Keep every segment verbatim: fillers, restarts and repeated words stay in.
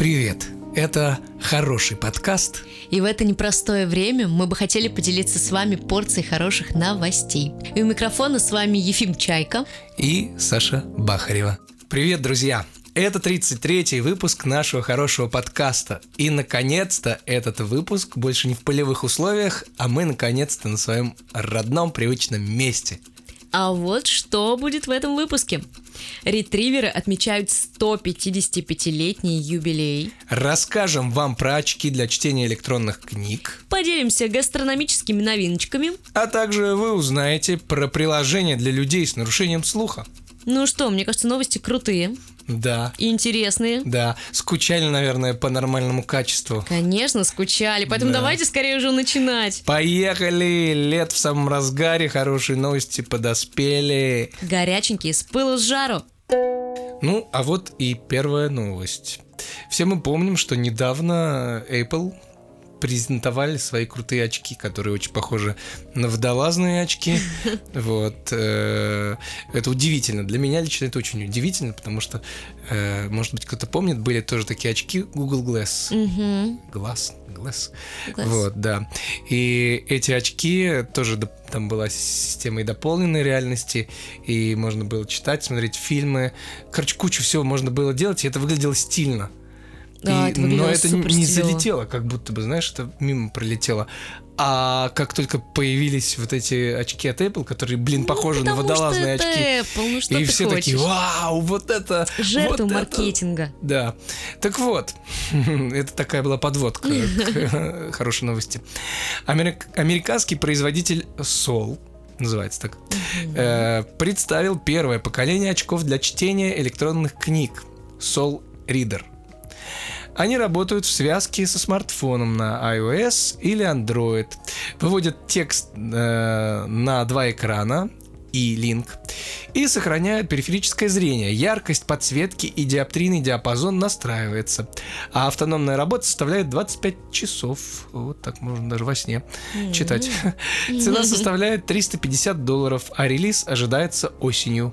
Привет! Это хороший подкаст. И в это непростое время мы бы хотели поделиться с вами порцией хороших новостей. И у микрофона с вами Ефим Чайка и Саша Бахарева. Привет, друзья! Это тридцать третий выпуск нашего хорошего подкаста. И, наконец-то, этот выпуск больше не в полевых условиях, а мы, наконец-то, на своем родном привычном месте. А вот что будет в этом выпуске. Ретриверы отмечают сто пятидесятипятилетний юбилей. Расскажем вам про очки для чтения электронных книг. Поделимся гастрономическими новиночками. А также вы узнаете про приложение для людей с нарушением слуха. Ну что, мне кажется, новости крутые. Да. И интересные. Да. Скучали, наверное, по нормальному качеству. Конечно, скучали. Поэтому да. давайте скорее уже начинать. Поехали! Лет в самом разгаре, хорошие новости подоспели. Горяченькие, с пылу с жару. Ну, а вот и первая новость. Все мы помним, что недавно Apple презентовали свои крутые очки, которые очень похожи на водолазные очки. Вот. Это удивительно. Для меня лично это очень удивительно, потому что, может быть, кто-то помнит, были тоже такие очки Google Glass. Glass. Glass. Вот, да. И эти очки тоже там была система и дополненной реальности, и можно было читать, смотреть фильмы. Короче, кучу всего можно было делать, и это выглядело стильно. Да, и, это но это не стилево. залетело, как будто бы, знаешь, это мимо пролетело. А как только появились вот эти очки от Apple, которые, блин, похожи ну, на водолазные это очки, Apple, ну, что и ты все хочешь? такие: вау, вот это... Жертва вот маркетинга. Это. Да. Так вот, это такая была подводка к хорошей новости. Американский производитель Sol, называется так, представил первое поколение очков для чтения электронных книг Sol Reader. Они работают в связке со смартфоном на iOS или Android, выводят текст э, на два экрана и линк и сохраняют периферическое зрение. Яркость подсветки и диоптрийный диапазон настраивается, а автономная работа составляет двадцать пять часов. Вот так можно даже во сне mm-hmm. читать. Mm-hmm. Цена составляет триста пятьдесят долларов, а релиз ожидается осенью.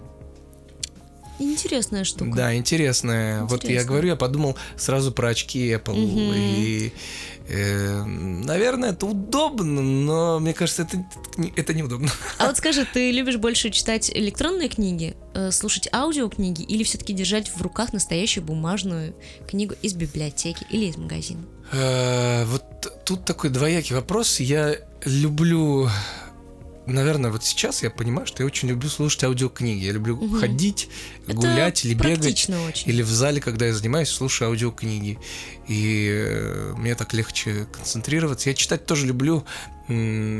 Интересная штука. Да, интересная. Интересно. Вот я говорю, я подумал сразу про очки Apple. Угу. И, э, наверное, это удобно, но мне кажется, это, это неудобно. А вот скажи, ты любишь больше читать электронные книги, слушать аудиокниги или все-таки держать в руках настоящую бумажную книгу из библиотеки или из магазина? Э, вот тут такой двоякий вопрос. Я люблю... Наверное, вот сейчас я понимаю, что я очень люблю слушать аудиокниги. Я люблю угу. ходить, это гулять или бегать. Очень. Или в зале, когда я занимаюсь, слушаю аудиокниги. И э, мне так легче концентрироваться. Я читать тоже люблю. У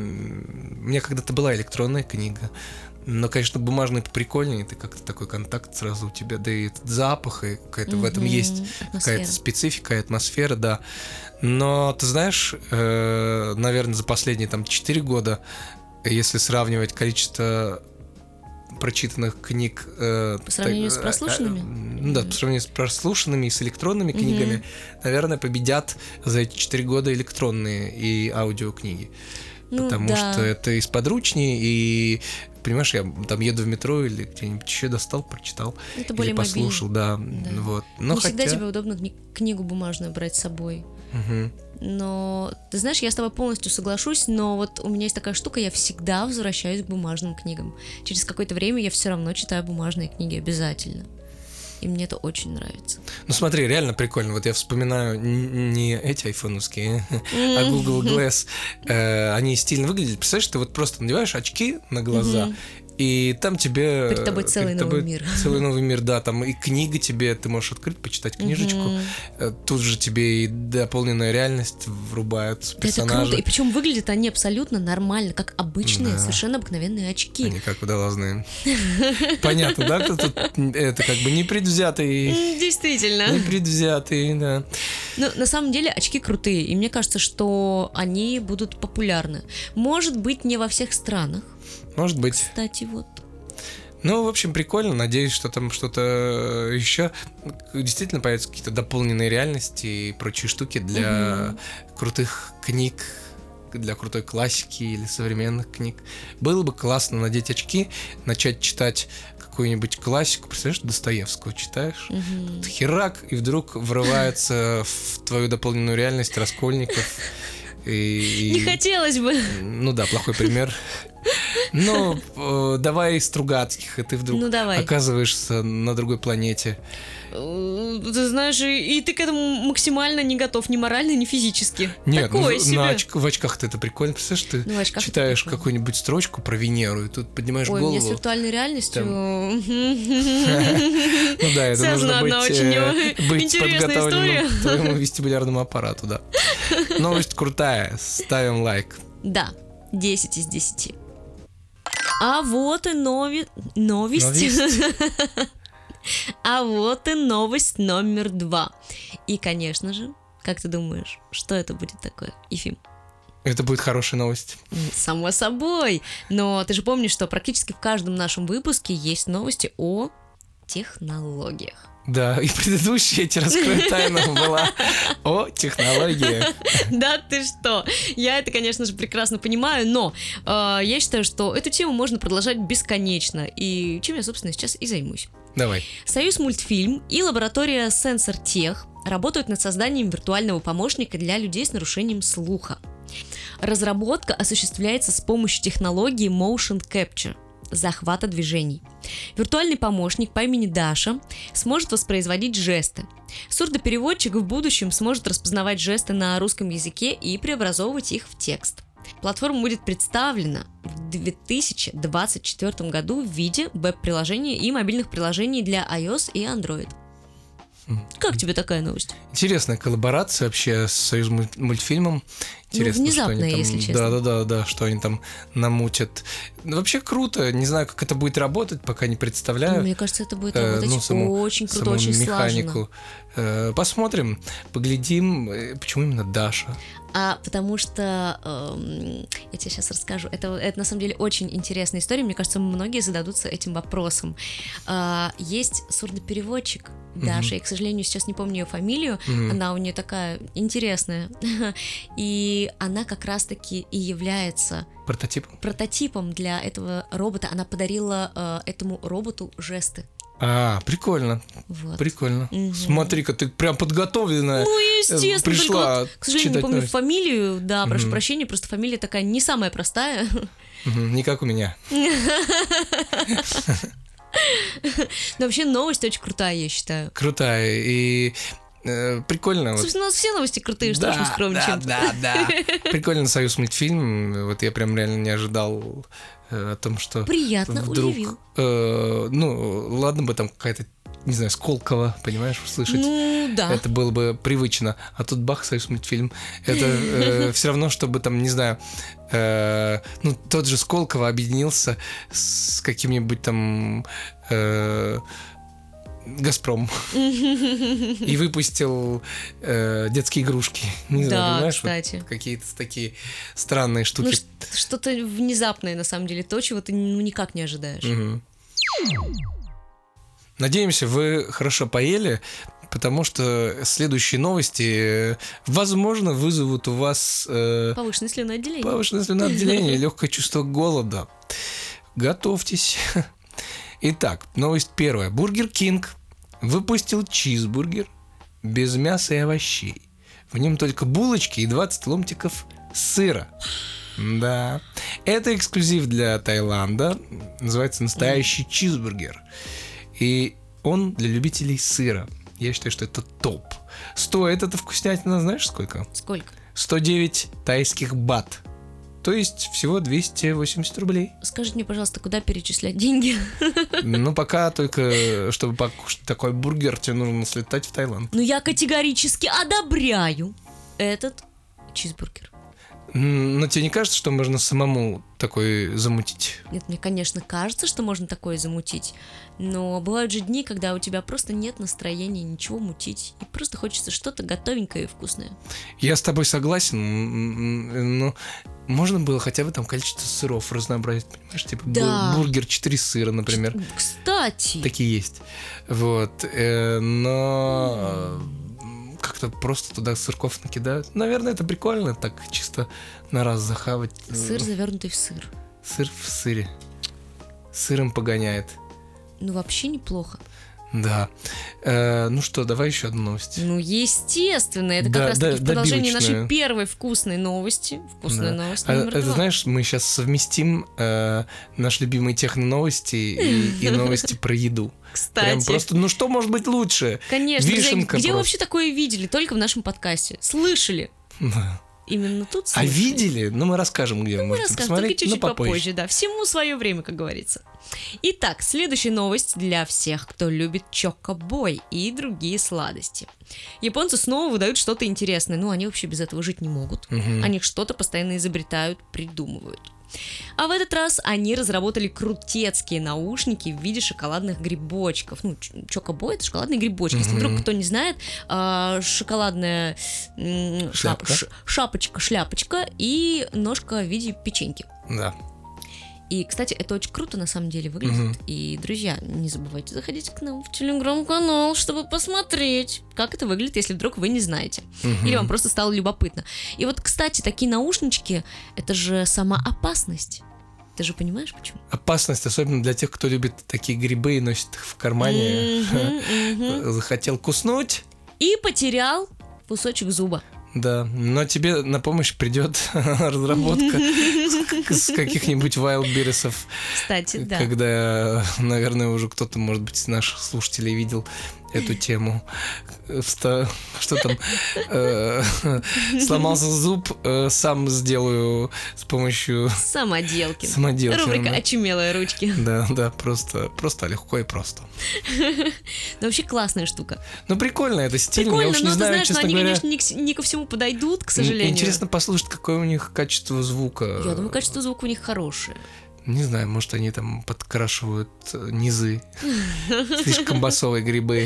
меня когда-то была электронная книга. Но, конечно, бумажный это прикольнее. Ты как-то такой контакт сразу у тебя. Да и этот запах, и какая-то угу. в этом есть атмосфера. Какая-то специфика, атмосфера, да. Но, ты знаешь, э, наверное, за последние там четыре года, если сравнивать количество прочитанных книг... Э, по сравнению так, с прослушанными? Э, э, ну да, по сравнению с прослушанными и с электронными mm-hmm. книгами, наверное, победят за эти четыре года электронные и аудиокниги. Ну, потому да. что это и сподручнее, и, понимаешь, я там еду в метро или где-нибудь еще достал, прочитал. Это или более послушал, да. да. Вот. Но Не хотя... всегда тебе удобно книгу бумажную брать с собой. Угу. Но, ты знаешь, я с тобой полностью соглашусь, но вот у меня есть такая штука, я всегда возвращаюсь к бумажным книгам. Через какое-то время я все равно читаю бумажные книги обязательно. И мне это очень нравится. Ну смотри, реально прикольно. Вот я вспоминаю не эти айфоновские, mm-hmm. а Google Glass. Э, они стильно выглядят. Представляешь, ты вот просто надеваешь очки на глаза, mm-hmm. и там тебе... Перед тобой целый перед новый тобой мир. Целый новый мир, да. Там и книга тебе, ты можешь открыть, почитать книжечку. Mm-hmm. Тут же тебе и дополненная реальность врубают персонажи. Это круто. И причем выглядят они абсолютно нормально, как обычные, да. совершенно обыкновенные очки. Они как водолазные. Понятно, да? Кто тут это как бы непредвзятый. Действительно. Непредвзятый, да. Ну, на самом деле, очки крутые. И мне кажется, что они будут популярны. Может быть, не во всех странах. Может быть. Кстати, вот. Ну, в общем, прикольно. Надеюсь, что там что-то еще действительно появятся какие-то дополненные реальности и прочие штуки для угу. крутых книг, для крутой классики или современных книг. Было бы классно надеть очки, начать читать какую-нибудь классику, представляешь, Достоевского читаешь, Мгм. тут херак, и вдруг врывается в твою дополненную реальность Раскольников. И, Не и- хотелось бы. Ну да, плохой пример. Ну, э, давай Стругацких, и ты вдруг Ну, давай. оказываешься на другой планете. Э, Ты знаешь, и, и ты к этому максимально не готов ни морально, ни физически. Нет, ну, Такое в- себе. на оч- в очках-то это прикольно. Представляешь, ты Ну, в очках это читаешь прикольно. какую-нибудь строчку про Венеру, и тут поднимаешь Ой, мне с голову. виртуальной реальностью... Ну да, это Связана нужно одна быть, очень э, быть интересная подготовленным история. к твоему вестибулярному аппарату, да. Новость крутая, ставим лайк. Да, десять из десяти. А вот и нови... новость. А вот и новость номер два. И, конечно же, как ты думаешь, что это будет такое, Ефим? Это будет хорошая новость. М, Само собой. Но ты же помнишь, что практически в каждом нашем выпуске есть новости о технологиях. Да, и предыдущая, я тебе раскрою тайну, была о технологиях. Да ты что? Я это, конечно же, прекрасно понимаю, но э, я считаю, что эту тему можно продолжать бесконечно. И чем я, собственно, сейчас и займусь. Давай. Союз мультфильм и лаборатория Сенсор Тех работают над созданием виртуального помощника для людей с нарушением слуха. Разработка осуществляется с помощью технологии Motion Capture – захвата движений. Виртуальный помощник по имени Даша сможет воспроизводить жесты. Сурдопереводчик в будущем сможет распознавать жесты на русском языке и преобразовывать их в текст. Платформа будет представлена в две тысячи двадцать четвёртом году в виде веб-приложений и мобильных приложений для iOS и Android. Как тебе такая новость? Интересная коллаборация вообще с Союз муль- мультфильмом. Интересно, Ну, внезапная, что они там, если честно. Да, да, да, да, что они там намутят. Ну, вообще круто. Не знаю, как это будет работать, пока не представляю. Мне кажется, это будет Э, работать ну, саму- очень круто, саму очень слаженно. механику. Э, Посмотрим, поглядим. Э, Почему именно Даша? А потому что эм, я тебе сейчас расскажу. Это, это на самом деле очень интересная история. Мне кажется, многие зададутся этим вопросом. А, есть сурдопереводчик Даша. Я, к сожалению, сейчас не помню ее фамилию. Мгм. Она у нее такая интересная. И она как раз-таки и является Прототип? прототипом для этого робота. Она подарила э, этому роботу жесты. А, прикольно, Вот. прикольно. Мгм. Смотри-ка, ты прям подготовленная. Ну, естественно, только пришла вот, к сожалению, не читать помню новость. фамилию, да, прошу Мгм. прощения, просто фамилия такая не самая простая. Мгм, Не как у меня. Но вообще новость очень крутая, я считаю. Крутая и э, прикольно. вот. Собственно, у нас все новости крутые, что уж мы скромничаем. да, да, да. Прикольно Союз мультфильм. Вот я прям реально не ожидал э, о том, что Приятно вдруг, удивил. э, ну, ладно бы там какая-то, не знаю, Сколково, понимаешь, услышать. Ну, да. Это было бы привычно. А тут бах, Союз мультфильм. Это все равно, чтобы там, не знаю, э, ну, тот же Сколково объединился с каким-нибудь там э, Газпром и выпустил э, детские игрушки. Не знаю, Да, понимаешь, вот кстати. какие-то такие странные Ну, штуки. ш- что-то внезапное, на самом деле, то, чего ты ну, никак не ожидаешь. Мгм. Надеемся, вы хорошо поели, потому что следующие новости, э, возможно, вызовут у вас э, Повышенное слюноотделение. повышенное слюноотделение, легкое чувство голода. Готовьтесь. Итак, новость первая. Бургер Кинг выпустил чизбургер без мяса и овощей. В нем только булочки и двадцать ломтиков сыра. Да. Это эксклюзив для Таиланда. Называется настоящий чизбургер. И он для любителей сыра. Я считаю, что это топ. Стоит эта вкуснятина, знаешь, сколько? Сколько? сто девять тайских бат. То есть всего двести восемьдесят рублей. Скажите мне, пожалуйста, куда перечислять деньги? Ну, пока только, чтобы покушать такой бургер, тебе нужно слетать в Таиланд. Ну, я категорически одобряю этот чизбургер. М, Но тебе не кажется, что можно самому такой замутить? Нет, мне, конечно, кажется, что можно такое замутить, но бывают же дни, когда у тебя просто нет настроения ничего мутить, и просто хочется что-то готовенькое и вкусное. Я с тобой согласен, м, м, но можно было хотя бы там количество сыров разнообразить, понимаешь? Типа бу- Да. бургер четыре сыра, например. Кстати, Такие есть. Вот. э, Но э, как-то просто туда сырков накидают. Наверное, это прикольно, так чисто на раз захавать. сыр, завернутый в сыр. Сыр в сыре. Сыром погоняет. Ну, вообще неплохо. Да. Э, ну что, давай еще одну новость. Ну, естественно, это Да, как раз да, таки в продолжение добивочная. нашей первой вкусной новости. Вкусная Да. новость А, номер это, два. знаешь, мы сейчас совместим э, наши любимые техно-новости и, и новости про еду. Кстати. Прям просто, ну что может быть лучше? Конечно, друзья, Вишенка где вы просто. вообще такое видели? Только в нашем подкасте. Слышали? Да. Именно тут А слышали. видели? Ну, мы расскажем, где вы Мы можете расскажем, посмотреть, только чуть-чуть но попозже. попозже, да. Всему свое время, как говорится. Итак, следующая новость для всех, кто любит чокобой и другие сладости. Японцы снова выдают что-то интересное. Ну, они вообще без этого жить не могут. Мгм. Они что-то постоянно изобретают, придумывают. А в этот раз они разработали крутецкие наушники в виде шоколадных грибочков. Ну, ч- чокобой — это шоколадные грибочки. Если Мгм. вдруг кто не знает, а, шоколадная м, Шляпка. ш- шапочка, шляпочка и ножка в виде печеньки. Да. И, кстати, это очень круто на самом деле выглядит. Мгм. И, друзья, не забывайте заходить к нам в телеграм-канал, чтобы посмотреть, как это выглядит, если вдруг вы не знаете. Мгм. Или вам просто стало любопытно. И вот, кстати, такие наушнички — это же сама опасность. Ты же понимаешь, почему? Опасность, особенно для тех, кто любит такие грибы и носит их в кармане. Мгм, мгм. Захотел куснуть, И потерял кусочек зуба. да, но тебе на помощь придет разработка с с каких-нибудь вайлдберрисов, Кстати, да. когда, наверное, уже кто-то, может быть, из наших слушателей видел эту тему. Вста- Что там? Э, Сломался зуб, э, сам сделаю с помощью Самоделки. самоделки. Рубрика да. «Очумелые ручки». Да, да, просто, просто легко и просто. Ну, вообще классная штука. Ну, прикольно, это стильно. Я Прикольно, уж но не ты знаю, знаешь, но честно они, говоря. конечно, не, к- не ко всему подойдут, к М, сожалению. Интересно послушать, какое у них качество звука. Я думаю, качество звука у них хорошее. Не знаю, может, они там подкрашивают э, низы. Слишком басовые грибы.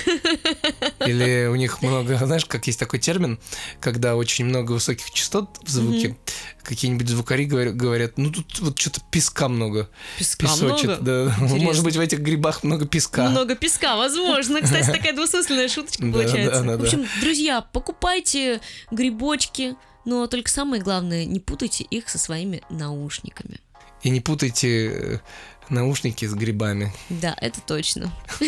Или у них много... Знаешь, как есть такой термин, когда очень много высоких частот в звуке, какие-нибудь звукари говорят, говорят, ну тут вот что-то песка много. Песка Песочек, много? да. Интересно. Может быть, в этих грибах много песка. Много песка, возможно. Кстати, такая двусмысленная шуточка Да, получается. да, да, В общем, друзья, покупайте грибочки, но только самое главное, не путайте их со своими наушниками. И не путайте э, наушники с грибами. Да, это точно.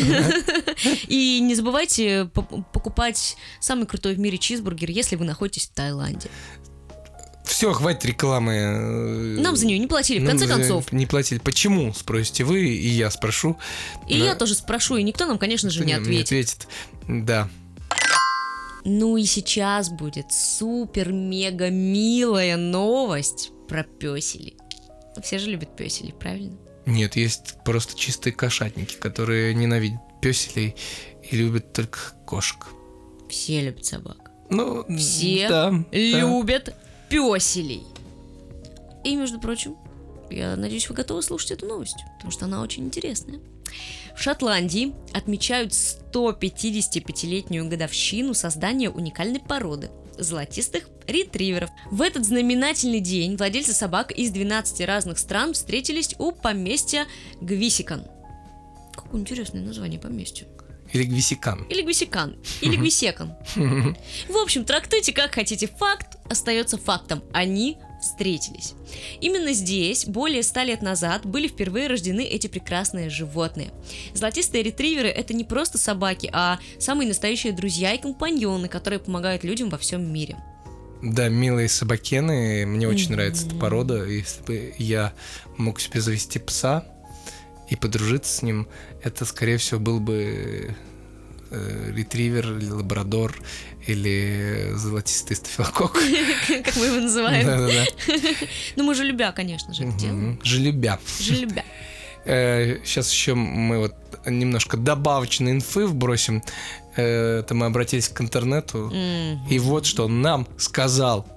И не забывайте по- покупать самый крутой в мире чизбургер, если вы находитесь в Таиланде. Все, хватит рекламы. э, Нам за нее не платили, в Нам конце за- концов. Не платили. Почему, спросите вы, и я спрошу. И Да. я тоже спрошу, и никто нам, конечно же, не Никто ответит. ответит. Да. Ну и сейчас будет супер-мега милая новость про пёселей. Все же любят пёселей, правильно? Нет, есть просто чистые кошатники, которые ненавидят пёселей и любят только кошек. Все любят собак. Ну, Все да, да. любят пёселей. И, между прочим, я надеюсь, вы готовы слушать эту новость, потому что она очень интересная. В Шотландии отмечают сто пятидесятипятилетнюю годовщину создания уникальной породы золотистых ретриверов. В этот знаменательный день владельцы собак из двенадцати разных стран встретились у поместья Гвисикан. Какое интересное название поместью. Или гвисикан. Или Гвисикан, или Гвисекан. В общем, трактуйте как хотите. Факт остается фактом. Они встретились. Именно здесь, более ста лет назад, были впервые рождены эти прекрасные животные. Золотистые ретриверы — это не просто собаки, а самые настоящие друзья и компаньоны, которые помогают людям во всем мире. Да, милые собакены. Мне очень Мгм. нравится эта порода. Если бы я мог себе завести пса и подружиться с ним, это, скорее всего, был бы э, ретривер или лабрадор или золотистый стафилококк. Как мы его называем. Да-да-да. Ну, мы же любя, конечно же, это делаем. Мгм. Желюбя. Же любя. Сейчас еще мы вот немножко добавочной инфы вбросим. Э, Это мы обратились к интернету. М. И вот что он нам сказал.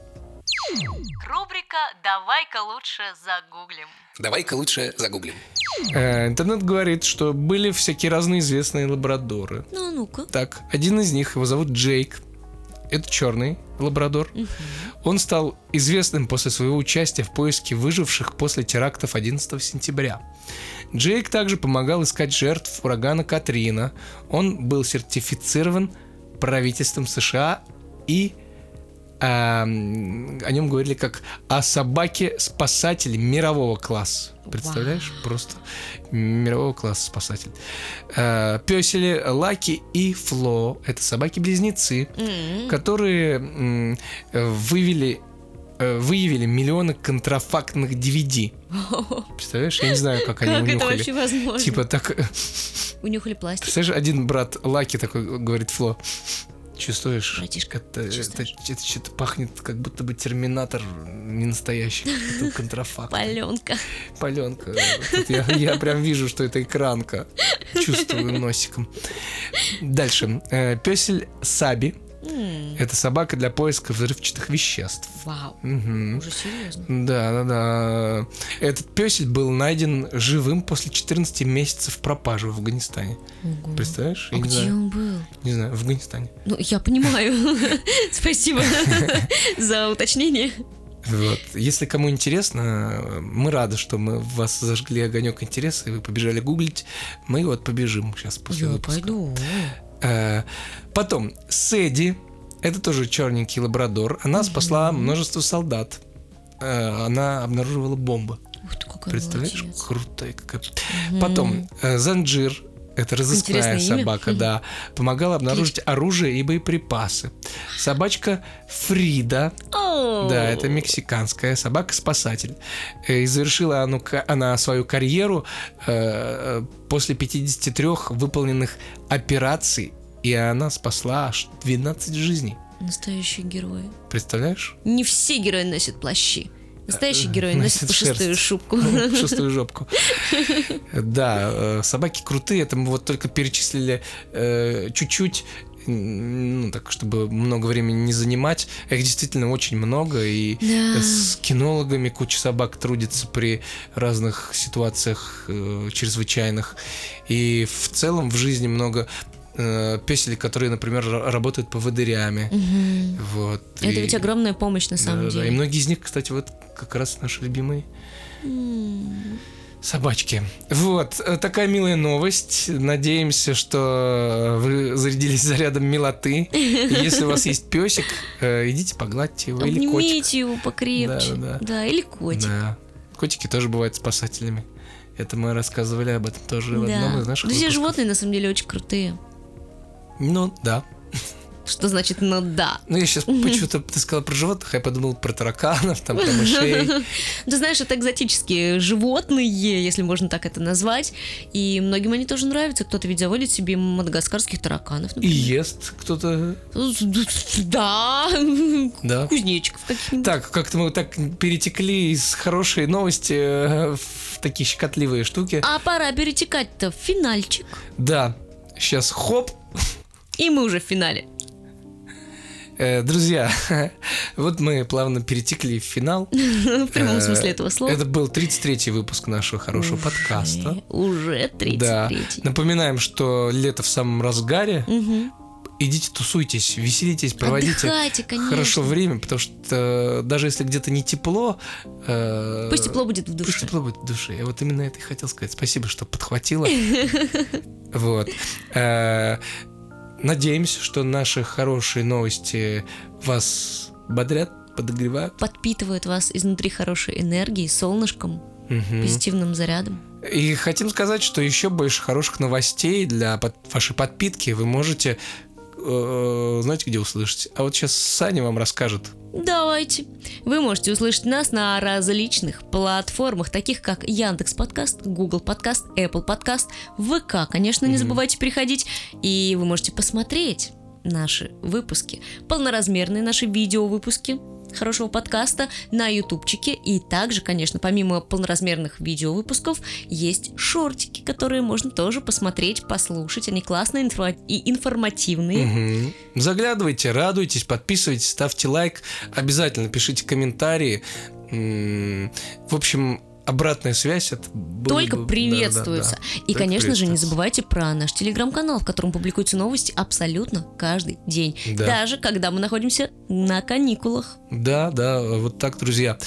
Рубрика «Давай-ка лучше загуглим». Давай-ка лучше загуглим. Э, Интернет говорит, что были всякие разные известные лабрадоры. Ну, а ну-ка. Так, один из них, его зовут Джейк. Это черный лабрадор. Мгм. Он стал известным после своего участия в поиске выживших после терактов одиннадцатого сентября. Джейк также помогал искать жертв урагана Катрина. Он был сертифицирован правительством США и а, о нем говорили как о собаке-спасателе мирового класса. Представляешь? Вау. Просто мирового класса спасатель. А, пёсели Лаки и Фло — это собаки-близнецы, mm-hmm. которые м, вывели выявили миллионы контрафактных ди ви ди. Представляешь? Я не знаю, как они как унюхали. Как это вообще возможно? Типа так... Унюхали пластик. Представляешь, один брат Лаки такой говорит: Фло, чувствуешь? Братишка, это, чувствуешь? Это, это что-то пахнет, как будто бы терминатор не настоящий, это контрафакт. Паленка. Паленка. Я, я прям вижу, что это экранка. Чувствую носиком. Дальше. Пёсель Саби. Mm. Это собака для поиска взрывчатых веществ. Вау. Угу. Уже серьезно? Да, да, да. Этот пёсель был найден живым после четырнадцати месяцев пропажи в Афганистане. Ого. Представляешь? А я где он был? Не знаю, в Афганистане. Ну, я понимаю. Спасибо за уточнение. Вот. Если кому интересно, мы рады, что мы в вас зажгли огонек интереса, и вы побежали гуглить. Мы вот побежим сейчас после я выпуска. пойду. Потом Сэдди, это тоже черненький лабрадор. Она спасла множество солдат. Она обнаруживала бомбы. Ух ты, какая Представляешь, молодец. крутая какая. Потом Занджир, это разыскная собака, да, помогала обнаружить оружие и боеприпасы. Собачка Фрида, oh. да, это мексиканская собака-спасатель. И завершила она, она свою карьеру э, после пятидесяти трёх выполненных операций, и она спасла аж двенадцать жизней. Настоящий герой. Представляешь? Не все герои носят плащи. Настоящий герой носит, носит пушистую шубку. Пушистую жопку. Да, собаки крутые. Это мы вот только перечислили э, чуть-чуть, ну, так, чтобы много времени не занимать. Их действительно очень много. И да. С кинологами куча собак трудится при разных ситуациях э, чрезвычайных. И в целом в жизни много пёселей, которые, например, работают поводырями. Угу. Вот. Это и, ведь огромная помощь на самом да, деле. Да. И многие из них, кстати, вот как раз наши любимые mm. собачки. Вот, такая милая новость. Надеемся, что вы зарядились зарядом милоты. И если у вас есть песик, идите погладьте его. Или котик. Обнимите его покрепче. Да, да, да. Да, или котик. Да. Котики тоже бывают спасателями. Это мы рассказывали об этом тоже да. в одном из наших Друзья, выпусков. животные на самом деле очень крутые. Ну, да. Что значит «ну да»? Ну, я сейчас почему-то ты сказала про животных, я подумал про тараканов, там, про мышей. Ты знаешь, это экзотические животные, если можно так это назвать, и многим они тоже нравятся. Кто-то ведь заводит себе мадагаскарских тараканов, например. И ест кто-то. Да. Да. Кузнечиков каких-нибудь. Так, как-то мы так перетекли из хорошей новости в такие щекотливые штуки. А пора перетекать-то в финальчик. Да. Сейчас хоп. И мы уже в финале. Друзья, вот мы плавно перетекли в финал. В прямом смысле этого слова. Это был тридцать третий выпуск нашего хорошего уже, подкаста. Уже тридцать третий. Да. Напоминаем, что лето в самом разгаре. Угу. Идите, тусуйтесь, веселитесь, проводите хорошо время, потому что даже если где-то не тепло... Э, пусть тепло будет в душе. Пусть тепло будет в душе. Я вот именно это и хотел сказать. Спасибо, что подхватила. Вот. Надеемся, что наши хорошие новости вас бодрят, подогревают. Подпитывают вас изнутри хорошей энергией, солнышком, угу. позитивным зарядом. И хотим сказать, что еще больше хороших новостей для под... вашей подпитки вы можете, э, знаете, где услышать? А вот сейчас Саня вам расскажет. Давайте. Вы можете услышать нас на различных платформах, таких как Яндекс.Подкаст, Google Подкаст, Apple Подкаст, ВК, конечно, не mm-hmm. забывайте приходить. И вы можете посмотреть наши выпуски, полноразмерные наши видеовыпуски хорошего подкаста на ютубчике. И также, конечно, помимо полноразмерных видеовыпусков, есть шортики, которые можно тоже посмотреть, послушать. Они классные инфо- и информативные. Угу. Заглядывайте, радуйтесь, подписывайтесь, ставьте лайк. Обязательно пишите комментарии. В общем, обратная связь это только бы... приветствуется. Да, да, да. И, только конечно же, не забывайте про наш телеграм-канал, в котором публикуются новости абсолютно каждый день. Да. Даже когда мы находимся на каникулах. Да, да, вот так, друзья.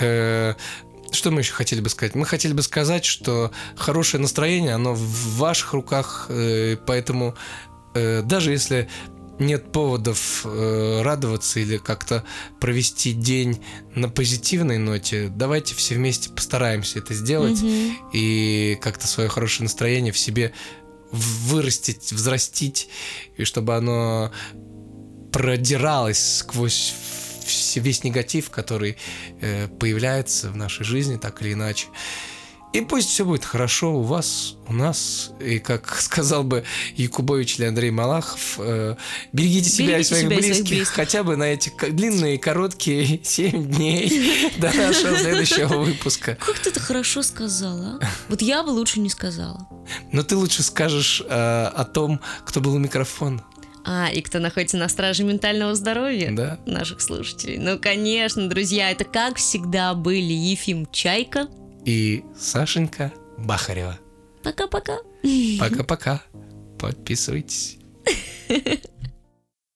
Что мы еще хотели бы сказать? Мы хотели бы сказать, что хорошее настроение, оно в ваших руках, поэтому даже если нет поводов э, радоваться или как-то провести день на позитивной ноте, давайте все вместе постараемся это сделать Мгм. и как-то свое хорошее настроение в себе вырастить, взрастить, и чтобы оно продиралось сквозь вс- весь негатив, который э, появляется в нашей жизни, так или иначе. И пусть все будет хорошо у вас, у нас. И как сказал бы Якубович или Андрей Малахов, э, берегите себя Берегите и своих себя и своих близких, близких. хотя бы на эти к- длинные, короткие семь дней до нашего следующего выпуска. Как ты это хорошо сказала, а? Вот я бы лучше не сказала. Но ты лучше скажешь э, о том, кто был у микрофона. А, и кто находится на страже ментального здоровья Да. наших слушателей. Ну, конечно, друзья, это как всегда были Ефим Чайка. И Сашенька Бахарева. Пока-пока. Пока-пока. Подписывайтесь.